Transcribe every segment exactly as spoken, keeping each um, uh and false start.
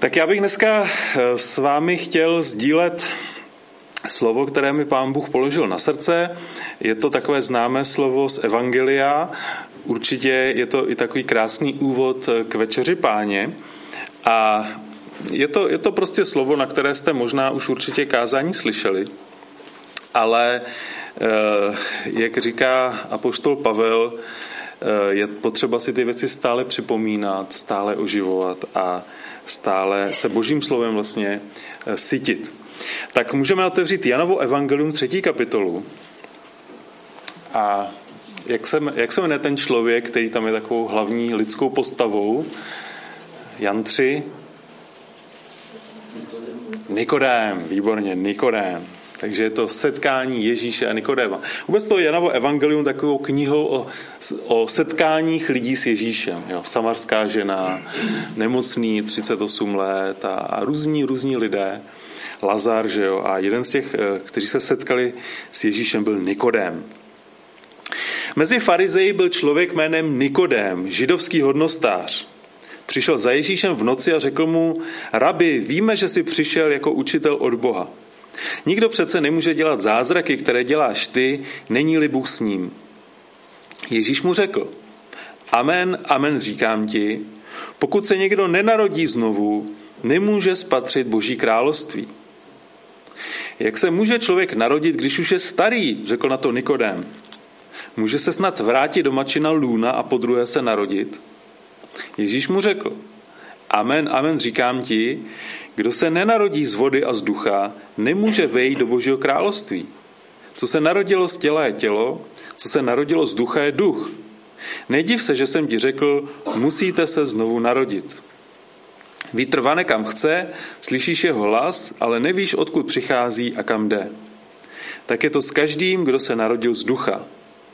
Tak já bych dneska s vámi chtěl sdílet slovo, které mi Pán Bůh položil na srdce. Je to takové známé slovo z Evangelia. Určitě je to i takový krásný úvod k Večeři Páně. A je to, je to prostě slovo, na které jste možná už určitě kázání slyšeli. Ale jak říká apoštol Pavel, je potřeba si ty věci stále připomínat, stále oživovat a stále se Božím slovem vlastně sytit. Tak můžeme otevřít Janovo evangelium třetí kapitolu. A jak se, jak se jmenuje ten člověk, který tam je takovou hlavní lidskou postavou? Jan tři. Nikodém, výborně, Nikodém. Takže je to setkání Ježíše a Nikodéma. Vůbec to Janovo evangelium takovou knihou o, o setkáních lidí s Ježíšem. Jo, samarská žena, nemocný, třicet osm let a, a různí, různí lidé. Lazar, že jo, a jeden z těch, kteří se setkali s Ježíšem, byl Nikodém. Mezi farizeji byl člověk jménem Nikodém, židovský hodnostář. Přišel za Ježíšem v noci a řekl mu: Rabi, víme, že jsi přišel jako učitel od Boha. Nikdo přece nemůže dělat zázraky, které děláš ty, není-li Bůh s ním. Ježíš mu řekl: Amen, amen, říkám ti, pokud se někdo nenarodí znovu, nemůže spatřit Boží království. Jak se může člověk narodit, když už je starý, řekl na to Nikodém. Může se snad vrátit do matčina lůna a podruhé se narodit? Ježíš mu řekl: Amen, amen, říkám ti, kdo se nenarodí z vody a z ducha, nemůže vejít do Božího království. Co se narodilo z těla je tělo, co se narodilo z ducha je duch. Nediv se, že jsem ti řekl, musíte se znovu narodit. Vítr vane kam chce, slyšíš jeho hlas, ale nevíš, odkud přichází a kam jde. Tak je to s každým, kdo se narodil z ducha.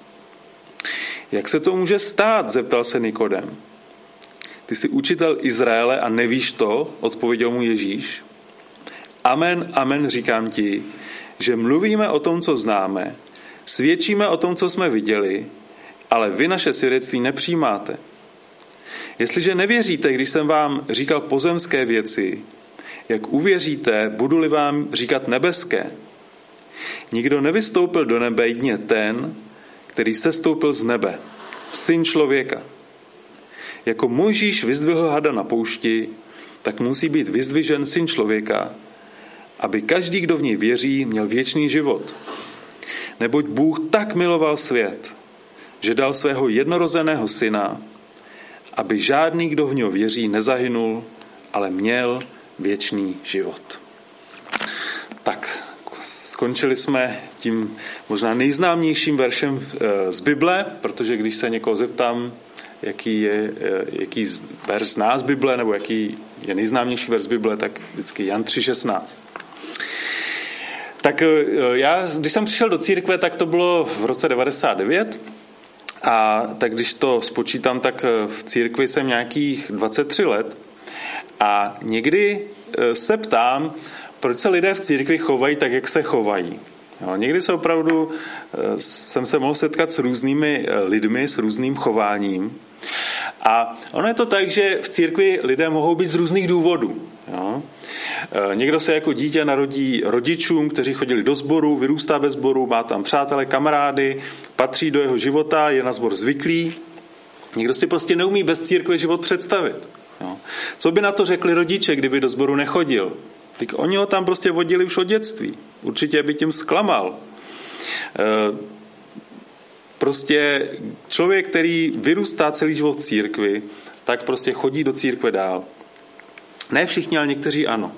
Jak se to může stát, zeptal se Nikodém. Ty jsi učitel Izraele a nevíš to, odpověděl mu Ježíš. Amen, amen, říkám ti, že mluvíme o tom, co známe, svědčíme o tom, co jsme viděli, ale vy naše svědectví nepřijímáte. Jestliže nevěříte, když jsem vám říkal pozemské věci, jak uvěříte, budu-li vám říkat nebeské? Nikdo nevystoupil do nebe, jedině ten, který sestoupil z nebe, Syn člověka. Jako Mojžíš vyzdvihl hada na poušti, tak musí být vyzdvižen Syn člověka, aby každý, kdo v něj věří, měl věčný život. Neboť Bůh tak miloval svět, že dal svého jednorozeného syna, aby žádný, kdo v něho věří, nezahynul, ale měl věčný život. Tak, skončili jsme tím možná nejznámějším veršem z Bible, protože když se někoho zeptám, jaký je jaký verš zná z Bible, nebo jaký je nejznámější verš z Bible, tak vždycky Jan tři šestnáct. Tak já, když jsem přišel do církve, tak to bylo v roce devadesát devět, a tak když to spočítám, tak v církvi jsem nějakých dvacet tři let a někdy se ptám, proč se lidé v církvi chovají tak, jak se chovají. Jo, někdy se opravdu jsem se mohl setkat s různými lidmi, s různým chováním. A ono je to tak, že v církvi lidé mohou být z různých důvodů. Jo. Někdo se jako dítě narodí rodičům, kteří chodili do sboru, vyrůstá ve sboru, má tam přátelé, kamarády, patří do jeho života, je na sbor zvyklý. Někdo si prostě neumí bez církve život představit. Jo. Co by na to řekli rodiče, kdyby do sboru nechodil? Tak oni ho tam prostě vodili už od dětství. Určitě by tím zklamal. Prostě člověk, který vyrůstá celý život v církvi, tak prostě chodí do církve dál. Ne všichni, ale někteří ano.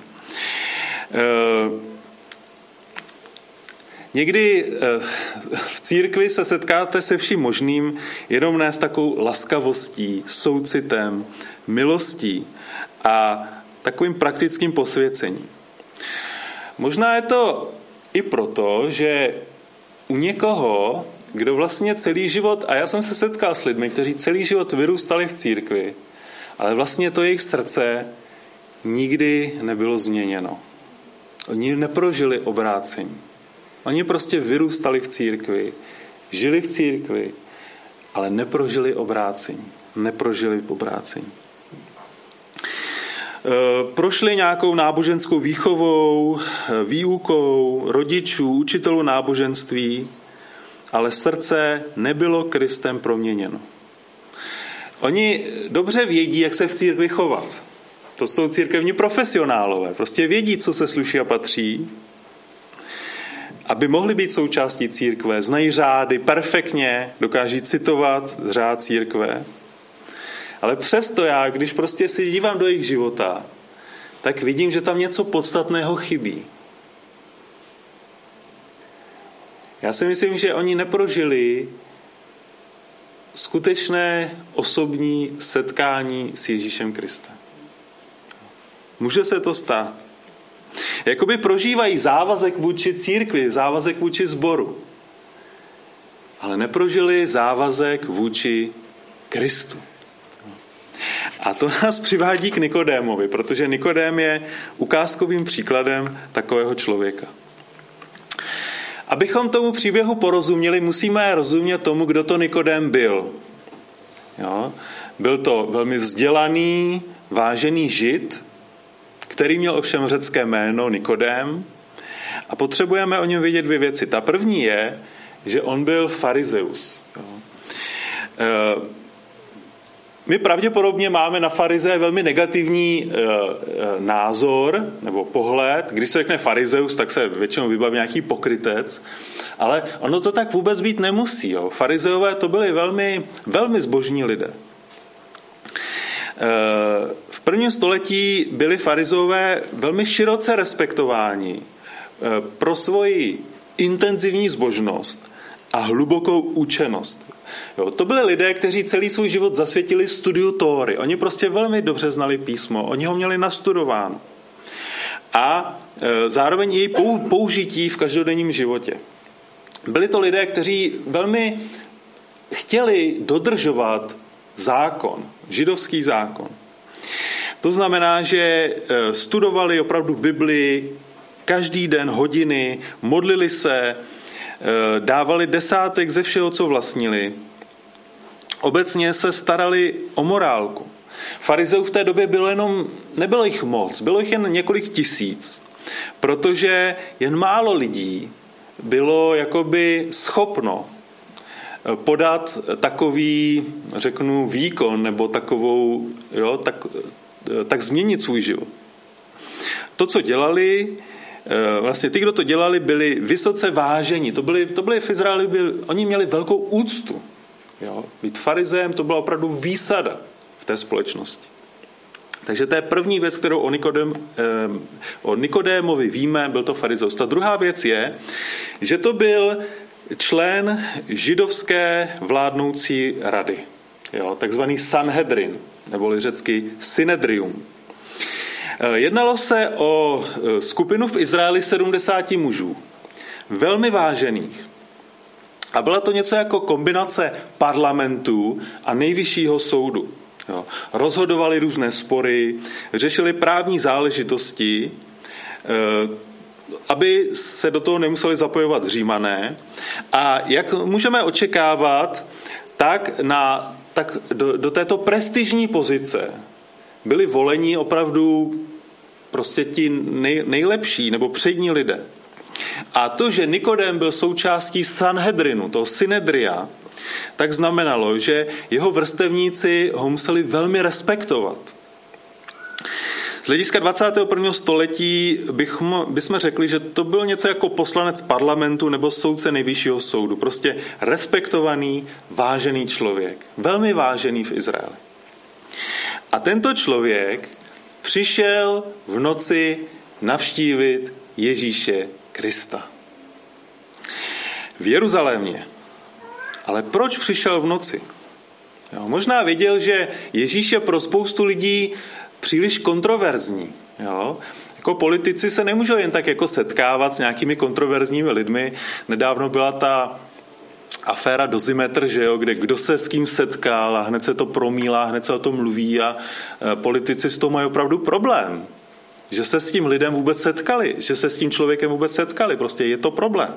Někdy v církvi se setkáte se vším možným, jenom ne s takovou laskavostí, soucitem, milostí a takovým praktickým posvěcením. Možná je to i proto, že u někoho, kdo vlastně celý život, a já jsem se setkal s lidmi, kteří celý život vyrůstali v církvi, ale vlastně to jejich srdce nikdy nebylo změněno. Oni neprožili obrácení. Oni prostě vyrůstali v církvi, žili v církvi, ale neprožili obrácení. Neprožili obrácení. prošli nějakou náboženskou výchovou, výukou rodičů, učitelů náboženství, ale srdce nebylo Kristem proměněno. Oni dobře vědí, jak se v církvi chovat. To jsou církevní profesionálové. Prostě vědí, co se sluší a patří, aby mohli být součástí církve. Znají řády perfektně, dokáží citovat řád církve. Ale přesto já, když prostě si dívám do jejich života, tak vidím, že tam něco podstatného chybí. Já si myslím, že oni neprožili skutečné osobní setkání s Ježíšem Kristem. Může se to stát. Jakoby prožívají závazek vůči církvi, závazek vůči sboru, ale neprožili závazek vůči Kristu. A to nás přivádí k Nikodémovi, protože Nikodém je ukázkovým příkladem takového člověka. Abychom tomu příběhu porozuměli, musíme rozumět tomu, kdo to Nikodém byl. Jo? Byl to velmi vzdělaný, vážený žid, který měl ovšem řecké jméno Nikodém. A potřebujeme o něm vědět dvě věci. Ta první je, že on byl farizeus. Jo? E, My pravděpodobně máme na farizeje velmi negativní e, e, názor nebo pohled. Když se řekne farizeus, tak se většinou vybaví nějaký pokrytec, ale ono to tak vůbec být nemusí. Jo. Farizeové to byli velmi, velmi zbožní lidé. E, v prvním století byli farizeové velmi široce respektováni e, pro svoji intenzivní zbožnost a hlubokou účenost. Jo, to byli lidé, kteří celý svůj život zasvětili studiu Tóry. Oni prostě velmi dobře znali písmo, oni ho měli nastudováno. A e, zároveň její použití v každodenním životě. Byli to lidé, kteří velmi chtěli dodržovat zákon, židovský zákon. To znamená, že studovali opravdu Biblii každý den hodiny, modlili se, dávali desátek ze všeho, co vlastnili. Obecně se starali o morálku. Farizeů v té době bylo jenom, nebylo jich moc, bylo jich jen několik tisíc, protože jen málo lidí bylo jakoby schopno podat takový, řeknu, výkon nebo takovou, jo, tak, tak změnit svůj život. To, co dělali, vlastně ty, kdo to dělali, byli vysoce vážení. To byli, to byli v Izraeli, byli, oni měli velkou úctu. Jo? Být farizejem, to byla opravdu výsada v té společnosti. Takže to je první věc, kterou o, Nikodém, eh, o Nikodémovi víme, byl to farizeus. Ta druhá věc je, že to byl člen židovské vládnoucí rady. Jo? Takzvaný Sanhedrin, neboli řecky Synedrium. Jednalo se o skupinu v Izraeli sedmdesáti mužů, velmi vážených. A byla to něco jako kombinace parlamentu a nejvyššího soudu. Jo. Rozhodovali různé spory, řešili právní záležitosti, aby se do toho nemuseli zapojovat Římané. A jak můžeme očekávat, tak, na, tak do, do této prestižní pozice byli voleni opravdu prostě ti nej, nejlepší nebo přední lidé. A to, že Nikodém byl součástí Sanhedrinu, toho Synedria, tak znamenalo, že jeho vrstevníci ho museli velmi respektovat. Z hlediska dvacátého prvního století bychom, bychom řekli, že to byl něco jako poslanec parlamentu nebo soudce nejvyššího soudu. Prostě respektovaný, vážený člověk. Velmi vážený v Izraeli. A tento člověk přišel v noci navštívit Ježíše Krista. V Jeruzalémě. Ale proč přišel v noci? Jo, možná viděl, že Ježíš je pro spoustu lidí příliš kontroverzní. Jo? Jako politici se nemůžou jen tak jako setkávat s nějakými kontroverzními lidmi. Nedávno byla ta aféra Dozimetr, že jo, kde kdo se s kým setkal a hned se to promílá, hned se o tom mluví a politici s toho mají opravdu problém. Že se s tím lidem vůbec setkali, že se s tím člověkem vůbec setkali, prostě je to problém.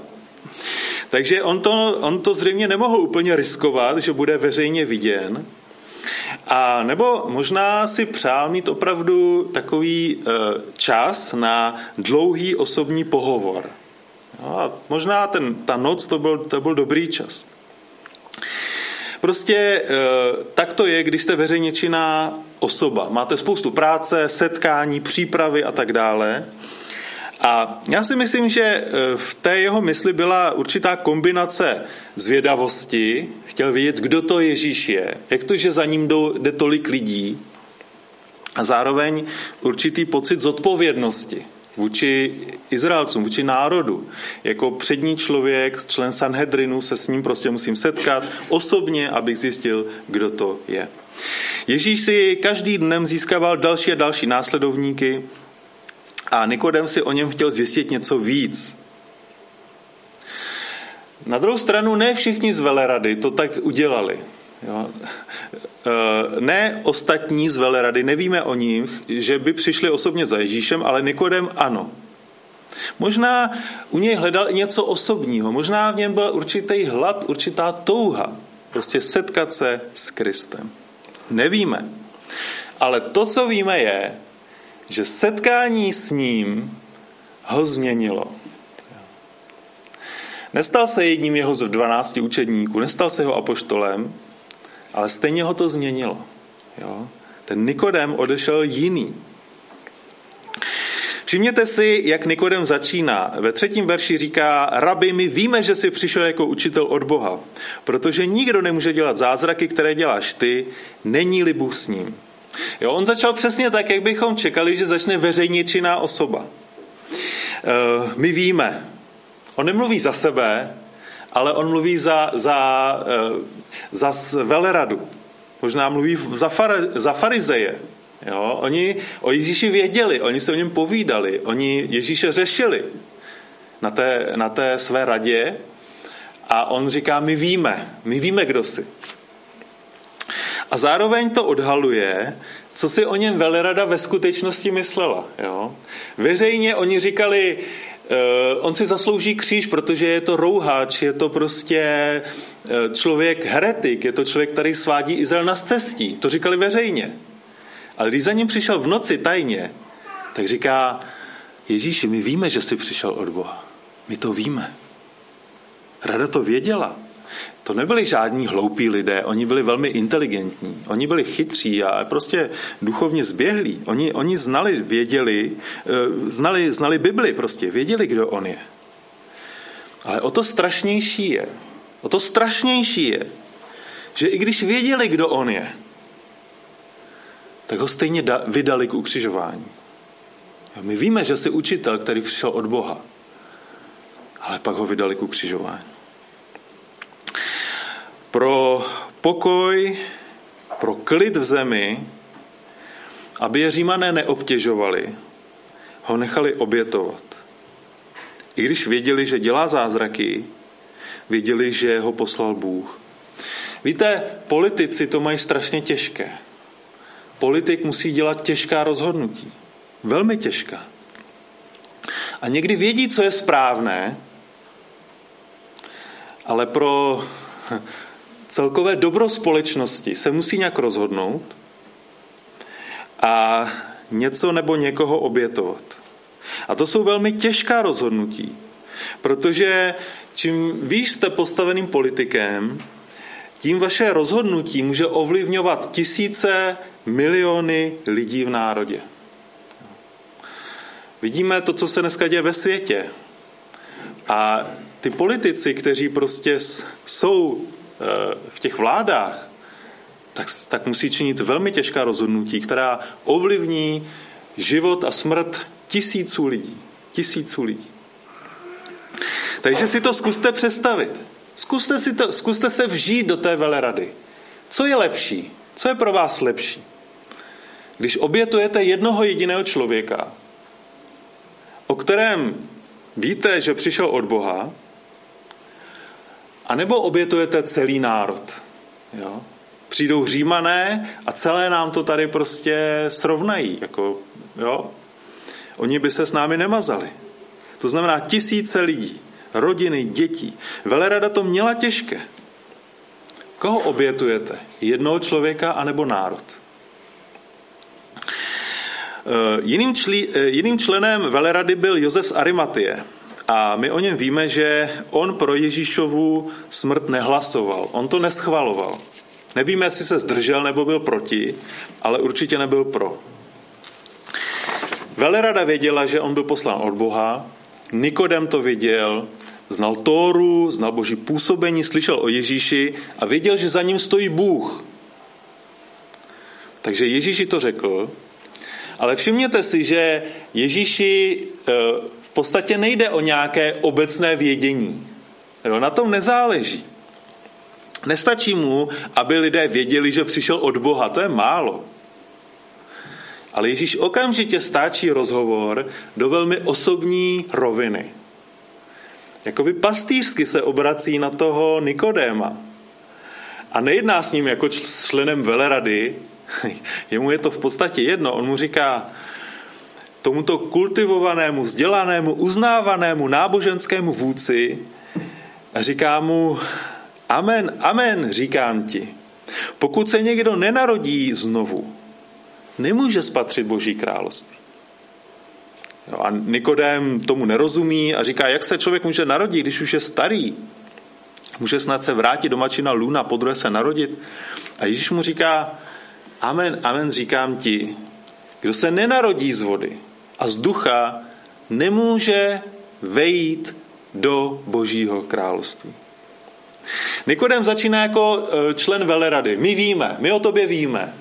Takže on to, on to zřejmě nemohl úplně riskovat, že bude veřejně viděn. A nebo možná si přál mít opravdu takový e, čas na dlouhý osobní pohovor. No a možná ten, ta noc to byl, to byl dobrý čas. Prostě e, tak to je, když jste veřejně činná osoba. Máte spoustu práce, setkání, přípravy a tak dále. A já si myslím, že v té jeho mysli byla určitá kombinace zvědavosti. Chtěl vědět, kdo to Ježíš je, jak to, že za ním jde tolik lidí. A zároveň určitý pocit zodpovědnosti vůči Izraelcům, vůči národu. Jako přední člověk, člen Sanhedrinu, se s ním prostě musím setkat osobně, abych zjistil, kdo to je. Ježíš si každý dnem získával další a další následovníky a Nikodem si o něm chtěl zjistit něco víc. Na druhou stranu ne všichni z velerady to tak udělali. Jo. Ne ostatní z velerady, nevíme o nich, že by přišli osobně za Ježíšem, ale Nikodem ano. Možná u něj hledal i něco osobního, možná v něm byl určitý hlad, určitá touha, prostě setkat se s Kristem. Nevíme. Ale to, co víme, je, že setkání s ním ho změnilo. Nestal se jedním jeho z dvanácti učedníků, nestal se jeho apoštolem, ale stejně ho to změnilo. Jo? Ten Nikodem odešel jiný. Všimněte si, jak Nikodem začíná. Ve třetím verši říká: Rabi, my víme, že jsi přišel jako učitel od Boha, protože nikdo nemůže dělat zázraky, které děláš ty, není-li Bůh s ním. Jo, on začal přesně tak, jak bychom čekali, že začne veřejně činná osoba. Uh, my víme. On nemluví za sebe, ale on mluví za, za, uh, za veleradu. Možná mluví za, far, za farizeje. Jo, oni o Ježíši věděli, oni se o něm povídali, oni Ježíše řešili na té, na té své radě a on říká, my víme, my víme, kdo jsi. A zároveň to odhaluje, co si o něm velerada ve skutečnosti myslela. Jo? Veřejně oni říkali, uh, on si zaslouží kříž, protože je to rouhač, je to prostě uh, člověk heretik, je to člověk, který svádí Izrael na scestí. To říkali veřejně. Ale když za ním přišel v noci tajně, tak říká, Ježíši, my víme, že jsi přišel od Boha. My to víme. Rada to věděla. To nebyli žádní hloupí lidé, oni byli velmi inteligentní, oni byli chytří a prostě duchovně zběhlí. Oni, oni znali, věděli, znali, znali Bibli prostě, věděli, kdo on je. Ale o to strašnější je, o to strašnější je, že i když věděli, kdo on je, tak ho stejně vydali k ukřižování. My víme, že jsi učitel, který přišel od Boha, ale pak ho vydali k ukřižování. Pro pokoj, pro klid v zemi, aby je Římané neobtěžovali, ho nechali obětovat. I když věděli, že dělá zázraky, věděli, že ho poslal Bůh. Víte, politici to mají strašně těžké. Politik musí dělat těžká rozhodnutí. Velmi těžká. A někdy vědí, co je správné, ale pro celkové dobro společnosti se musí nějak rozhodnout a něco nebo někoho obětovat. A to jsou velmi těžká rozhodnutí, protože čím výš jste postaveným politikem, tím vaše rozhodnutí může ovlivňovat tisíce, miliony lidí v národě. Vidíme to, co se dneska děje ve světě. A ty politici, kteří prostě jsou v těch vládách, tak, tak musí činit velmi těžká rozhodnutí, která ovlivní život a smrt tisíců lidí. Tisíců lidí. Takže si to zkuste představit. Zkuste, si to, zkuste se vžít do té velerady. Co je lepší? Co je pro vás lepší? Když obětujete jednoho jediného člověka, o kterém víte, že přišel od Boha, anebo obětujete celý národ. Jo? Přijdou Římané a celé nám to tady prostě srovnají. Jako, jo? Oni by se s námi nemazali. To znamená tisíce lidí, rodiny, dětí. Velerada to měla těžké. Koho obětujete? Jednoho člověka anebo národ? Jiným, člí, jiným členem velerady byl Josef z Arimatie. A my o něm víme, že on pro Ježíšovu smrt nehlasoval. On to neschvaloval. Nevíme, jestli se zdržel nebo byl proti, ale určitě nebyl pro. Velerada věděla, že on byl poslán od Boha, Nikodem to viděl, znal Tóru, znal Boží působení, slyšel o Ježíši a věděl, že za ním stojí Bůh. Takže Ježíši to řekl, ale všimněte si, že Ježíši v podstatě nejde o nějaké obecné vědění. Na tom nezáleží. Nestačí mu, aby lidé věděli, že přišel od Boha. To je málo. Ale Ježíš okamžitě stáčí rozhovor do velmi osobní roviny. Jakoby pastýřsky se obrací na toho Nikodéma. A nejedná s ním jako členem velerady. Jemu je to v podstatě jedno. On mu říká tomuto kultivovanému, vzdělanému, uznávanému náboženskému vůdci a říká mu: Amen, amen, říkám ti. Pokud se někdo nenarodí znovu, nemůže spatřit Boží království. A Nikodém tomu nerozumí a říká, jak se člověk může narodit, když už je starý. Může snad se vrátit do mačina lůna, podruhé se narodit. A Ježíš mu říká: Amen, amen, říkám ti, kdo se nenarodí z vody a z ducha, nemůže vejít do Božího království. Nikodem začíná jako člen velerady. My víme, my o tobě víme.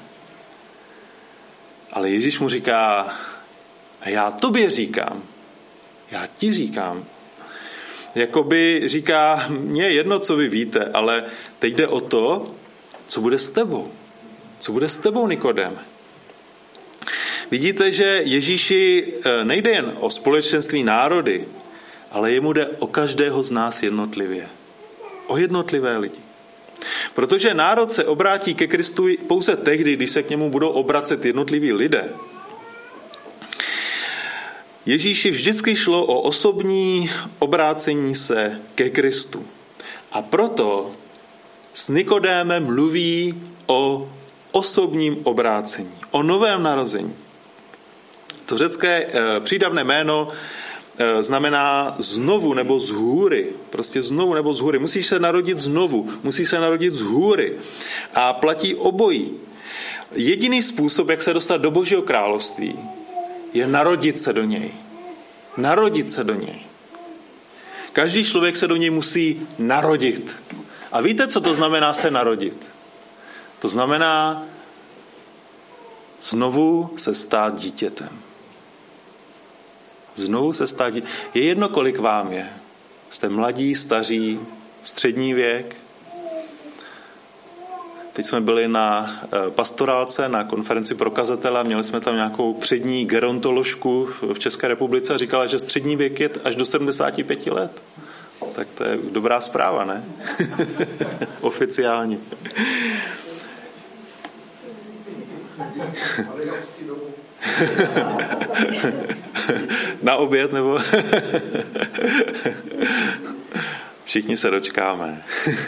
Ale Ježíš mu říká: a já tobě říkám, já ti říkám. Jakoby říká, mně je jedno, co vy víte, ale teď jde o to, co bude s tebou. Co bude s tebou, Nikodem? Vidíte, že Ježíši nejde jen o společenství národy, ale jemu jde o každého z nás jednotlivě. O jednotlivé lidi. Protože národ se obrátí ke Kristu pouze tehdy, když se k němu budou obracet jednotliví lidé. Ježíši vždycky šlo o osobní obrácení se ke Kristu. A proto s Nikodémem mluví o osobním obrácení, o novém narození. To řecké přídavné jméno znamená znovu nebo z hůry. Prostě znovu nebo z hůry. Musíš se narodit znovu, musíš se narodit z hůry. A platí obojí. Jediný způsob, jak se dostat do Božího království, je narodit se do něj. Narodit se do něj. Každý člověk se do něj musí narodit. A víte, co to znamená se narodit? To znamená znovu se stát dítětem. Znovu se stát dítětem. Je jedno, kolik vám je. Jste mladí, staří, střední věk. Teď jsme byli na pastorálce, na konferenci pro kazatele, měli jsme tam nějakou přední gerontoložku v České republice a říkala, že střední věk je až do sedmdesáti pěti let. Tak to je dobrá zpráva, ne? Oficiálně. Na oběd nebo? Všichni se dočkáme.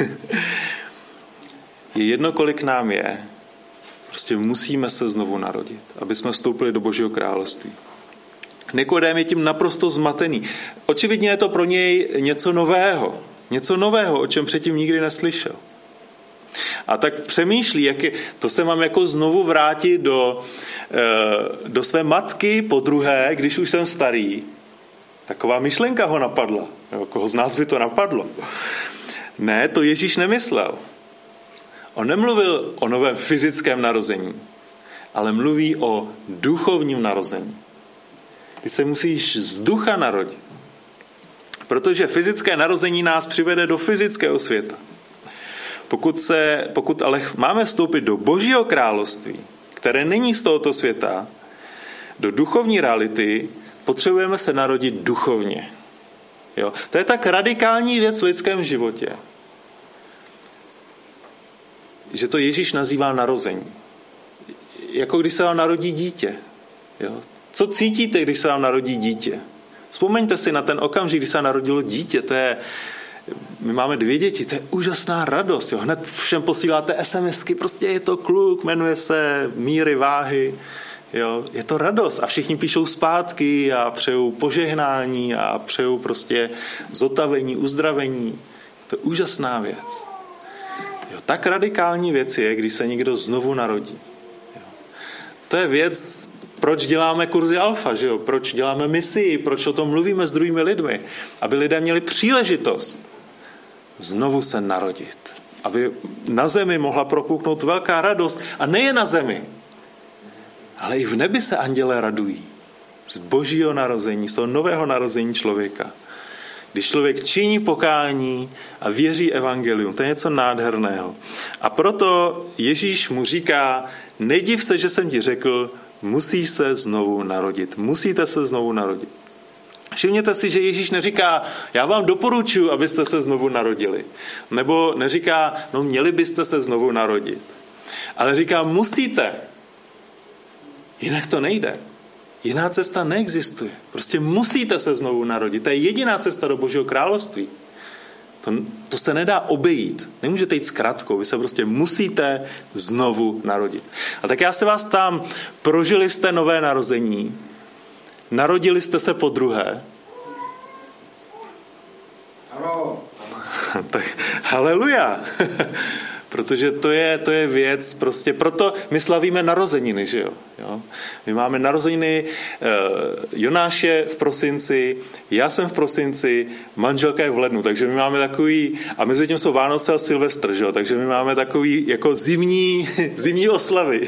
Je jedno, kolik nám je, prostě musíme se znovu narodit, aby jsme vstoupili do Božího království. Nikodém je tím naprosto zmatený. Očividně je to pro něj něco nového. Něco nového, o čem předtím nikdy neslyšel. A tak přemýšlí, jak je, to se mám jako znovu vrátit do, do své matky po druhé, když už jsem starý. Taková myšlenka ho napadla. Koho z nás by to napadlo? Ne, to Ježíš nemyslel. On nemluvil o novém fyzickém narození, ale mluví o duchovním narození. Ty se musíš z ducha narodit. Protože fyzické narození nás přivede do fyzického světa. Pokud, se, pokud ale máme vstoupit do Božího království, které není z tohoto světa, do duchovní reality, potřebujeme se narodit duchovně. Jo? To je tak radikální věc v lidském životě, že to Ježíš nazývá narození. Jako když se vám narodí dítě. Jo? Co cítíte, když se vám narodí dítě? Vzpomeňte si na ten okamžik, kdy se narodilo dítě. To je my máme dvě děti, to je úžasná radost. Jo. Hned všem posíláte SMSky, prostě je to kluk, jmenuje se Míry Váhy. Jo. Je to radost a všichni píšou zpátky a přejou požehnání a přejou prostě zotavení, uzdravení. To je úžasná věc. Jo. Tak radikální věc je, když se někdo znovu narodí. Jo. To je věc, proč děláme kurzy alfa, že jo? Proč děláme misii, proč o tom mluvíme s druhými lidmi, aby lidé měli příležitost znovu se narodit. Aby na zemi mohla propuknout velká radost. A nejen na zemi, ale i v nebi se andělé radují. Z božího narození, z toho nového narození člověka. Když člověk činí pokání a věří evangelium, to je něco nádherného. A proto Ježíš mu říká, nediv se, že jsem ti řekl, musíš se znovu narodit. Musíte se znovu narodit. Všimněte si, že Ježíš neříká, já vám doporučuji, abyste se znovu narodili. Nebo neříká, no měli byste se znovu narodit. Ale říká, musíte. Jinak to nejde. Jiná cesta neexistuje. Prostě musíte se znovu narodit. To je jediná cesta do Božího království. To, to se nedá obejít. Nemůžete jít s kratkou. Vy se prostě musíte znovu narodit. A tak já se vás ptám, prožili jste nové narození? Narodili jste se po druhé? Ano. Tak haleluja. Protože to je, to je věc, prostě proto my slavíme narozeniny, že jo? jo? My máme narozeniny uh, Jonáše v prosinci, já jsem v prosinci, manželka je v lednu, takže my máme takový, a mezi tím jsou Vánoce a Silvestr, že jo? Takže my máme takový jako zimní, zimní oslavy.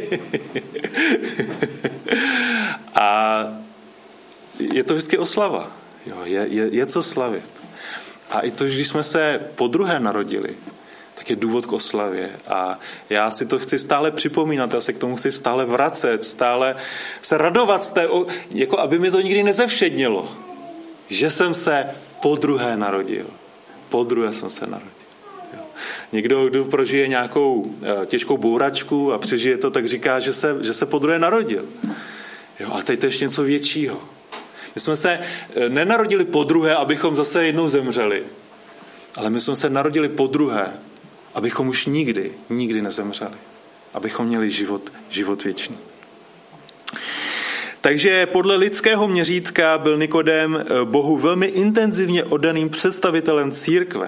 A je to vždycky oslava, jo? Je, je, je co slavit. A i to, když jsme se podruhé narodili, tak je důvod k oslavě. A já si to chci stále připomínat, já se k tomu chci stále vracet, stále se radovat z té, jako aby mi to nikdy nezevšednilo, že jsem se podruhé narodil. Podruhé jsem se narodil. Jo. Někdo, kdo prožije nějakou těžkou bouračku a přežije to, tak říká, že se, že se podruhé narodil. Jo, a teď to je ještě něco většího. My jsme se nenarodili podruhé, abychom zase jednou zemřeli, ale my jsme se narodili podruhé, abychom už nikdy, nikdy nezemřeli. Abychom měli život, život věčný. Takže podle lidského měřítka byl Nikodém Bohu velmi intenzivně oddaným představitelem církve.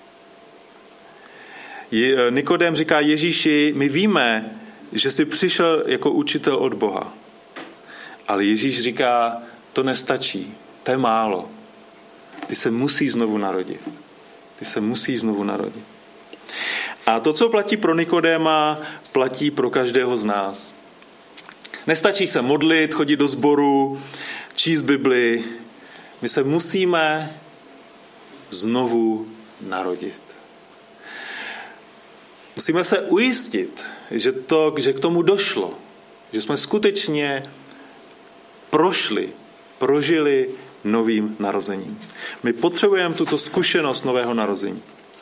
Nikodém říká Ježíši, my víme, že jsi přišel jako učitel od Boha. Ale Ježíš říká, to nestačí, to je málo. Ty se musíš znovu narodit. Ty se musíš znovu narodit. A to, co platí pro Nikodéma, platí pro každého z nás. Nestačí se modlit, chodit do sboru, číst Bibli. My se musíme znovu narodit. Musíme se ujistit, že, to, že k tomu došlo. Že jsme skutečně prošli, prožili novým narozením. My potřebujeme tuto zkušenost nového narození.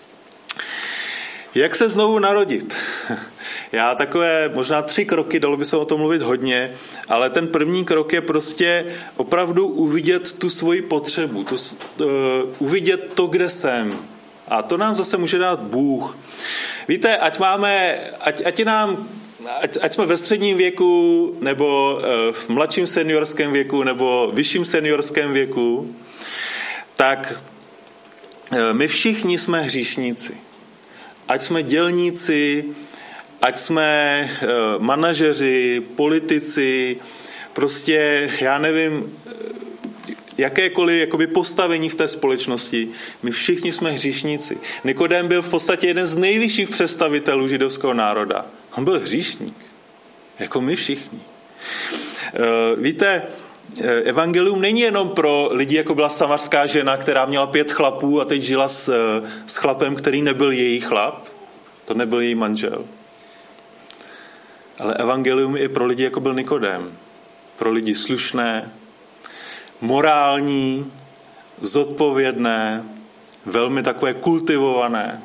Jak se znovu narodit? Já takové možná tři kroky, dalo by se o tom mluvit hodně, ale ten první krok je prostě opravdu uvidět tu svoji potřebu, tu, uh, uvidět to, kde jsem. A to nám zase může dát Bůh. Víte, ať máme, ať, ať nám Ať, ať jsme ve středním věku, nebo v mladším seniorském věku, nebo vyšším seniorském věku, tak my všichni jsme hříšníci. Ať jsme dělníci, ať jsme manažeři, politici, prostě, já nevím, jakékoliv jakoby postavení v té společnosti, my všichni jsme hříšníci. Nikodém byl v podstatě jeden z nejvyšších představitelů židovského národa. On byl hříšník, jako my všichni. Víte, evangelium není jenom pro lidi, jako byla samarská žena, která měla pět chlapů a teď žila s, s chlapem, který nebyl její chlap. To nebyl její manžel. Ale evangelium je i pro lidi, jako byl Nikodém. Pro lidi slušné, morální, zodpovědné, velmi takové kultivované.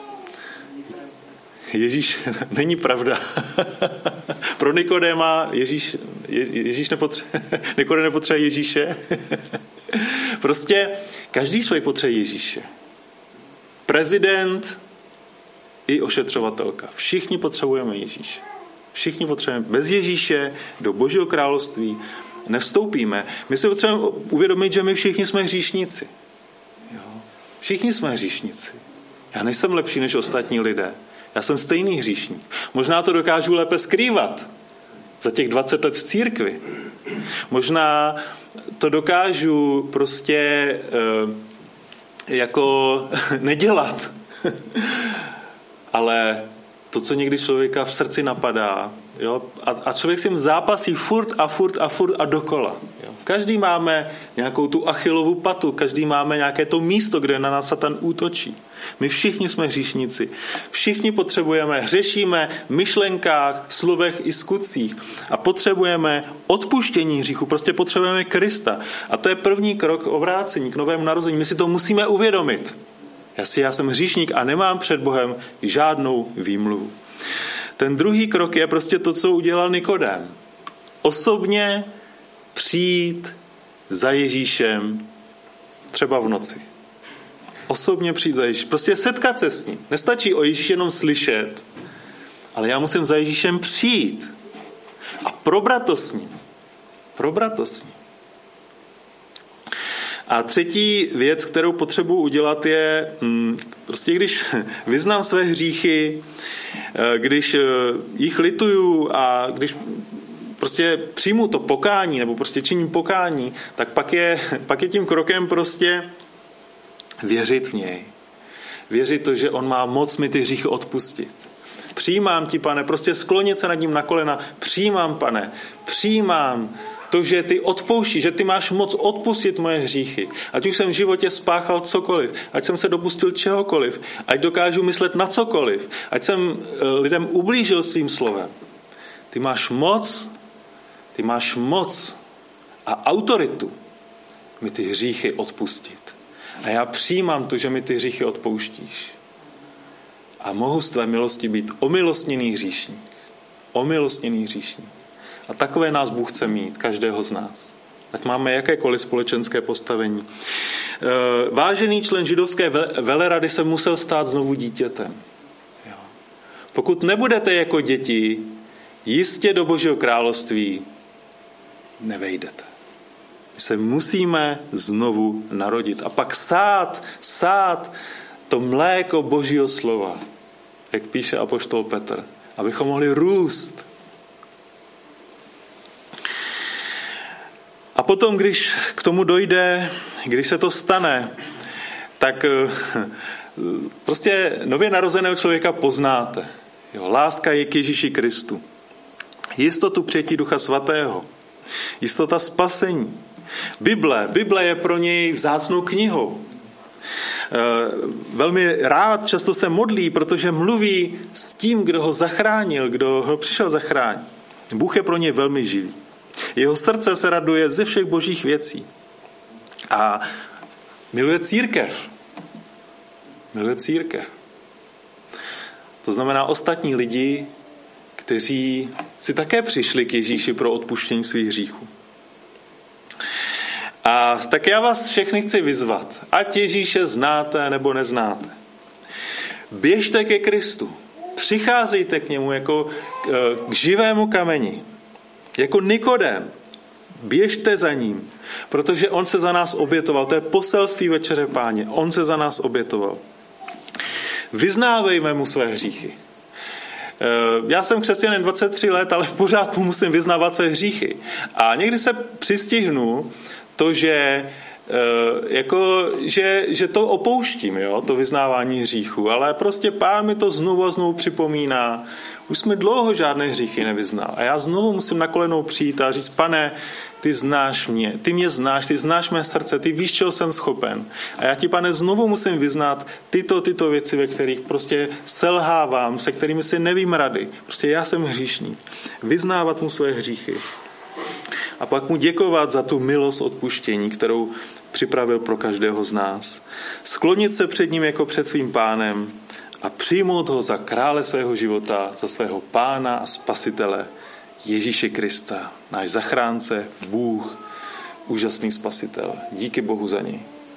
Ježíš není pravda. Pro Nikodéma Ježíš, Je, Ježíš nepotřebuje, Nikodém nepotřebuje Ježíše. Prostě každý člověk potřebuje Ježíše. prezident i ošetřovatelka. Všichni potřebujeme Ježíše. Všichni potřebujeme. Bez Ježíše do Božího království nevstoupíme. My si potřebujeme uvědomit, že my všichni jsme hříšníci. Jo? Všichni jsme hříšníci. Já nejsem lepší než ostatní lidé. Já jsem stejný hříšník. Možná to dokážu lépe skrývat za těch dvacet let v církvi. Možná to dokážu prostě eh, jako nedělat. Ale to, co někdy člověka v srdci napadá, jo, a, a člověk si jim zápasí furt a furt a furt a dokola. Jo. Každý máme nějakou tu Achillovu patu, každý máme nějaké to místo, kde na nás Satan útočí. My všichni jsme hříšníci. Všichni potřebujeme, hřešíme v myšlenkách, slovech i skutcích. A potřebujeme odpuštění hříchu, prostě potřebujeme Krista. A to je první krok k obrácení, k novému narození. My si to musíme uvědomit. Já, si, já jsem hříšník a nemám před Bohem žádnou výmluvu. Ten druhý krok je prostě to, co udělal Nikodém. Osobně přijít za Ježíšem třeba v noci. Osobně přijít za Ježíšem. Prostě setkat se s ním. Nestačí o Ježíši jenom slyšet, ale já musím za Ježíšem přijít a probrat to s ním. Probrat to s ním. A třetí věc, kterou potřebuji udělat, je prostě, když vyznám své hříchy, když jich lituju a když prostě přijmu to pokání nebo prostě činím pokání, tak pak je, pak je tím krokem prostě věřit v něj. Věřit to, že on má moc mi ty hříchy odpustit. Přijímám ti, Pane, prostě sklonit se nad ním na kolena. Přijímám, Pane, přijímám to, že ty odpouštíš, že ty máš moc odpustit moje hříchy. Ať už jsem v životě spáchal cokoliv, ať jsem se dopustil čehokoliv, ať dokážu myslet na cokoliv, ať jsem lidem ublížil svým slovem. Ty máš moc, ty máš moc a autoritu mi ty hříchy odpustit. A já přijímám to, že mi ty hříchy odpouštíš. A mohu z tvé milosti být omilostněný hříšník. Omilostněný hříšník. A takové nás Bůh chce mít, každého z nás. Ať máme jakékoliv společenské postavení. Vážený člen židovské velerady se musel stát znovu dítětem. Jo. Pokud nebudete jako děti, jistě do Božího království nevejdete. My se musíme znovu narodit. A pak sát, sát to mléko Božího slova, jak píše apoštol Petr, abychom mohli růst. A potom, když k tomu dojde, když se to stane, tak prostě nově narozeného člověka poznáte. Jo, láska je k Ježíši Kristu. Jistotu přijetí Ducha Svatého. Jistota spasení. Bible. Bible je pro něj vzácnou knihou. Velmi rád často se modlí, protože mluví s tím, kdo ho zachránil, kdo ho přišel zachránit. Bůh je pro něj velmi živý. Jeho srdce se raduje ze všech božích věcí. A miluje církev. Miluje církev. To znamená ostatní lidi, kteří si také přišli k Ježíši pro odpuštění svých hříchů. A tak já vás všechny chci vyzvat, ať Ježíše znáte nebo neznáte. Běžte ke Kristu. Přicházejte k němu jako k živému kameni. Jako Nikodém. Běžte za ním, protože on se za nás obětoval. To je poselství Večeře Páně. On se za nás obětoval. Vyznávejme mu své hříchy. Já jsem křesťanem dvacet tři let, ale pořád mu musím vyznávat své hříchy. A někdy se přistihnu to, že, jako, že, že to opouštím, jo, to vyznávání hříchů, ale prostě Pán mi to znovu a znovu připomíná. Už jsme dlouho žádné hříchy nevyznal. A já znovu musím na kolenou přijít a říct, Pane, ty znáš mě, ty mě znáš, ty znáš mé srdce, ty víš, čeho jsem schopen. A já ti, Pane, znovu musím vyznat tyto, tyto věci, ve kterých prostě selhávám, se kterými si nevím rady. Prostě já jsem hříšník. Vyznávat mu své hříchy. A pak mu děkovat za tu milost odpuštění, kterou připravil pro každého z nás. Sklonit se před ním jako před svým Pánem a přijmout ho za krále svého života, za svého Pána a Spasitele Ježíše Krista, náš zachránce, Bůh, úžasný Spasitel. Díky Bohu za něj.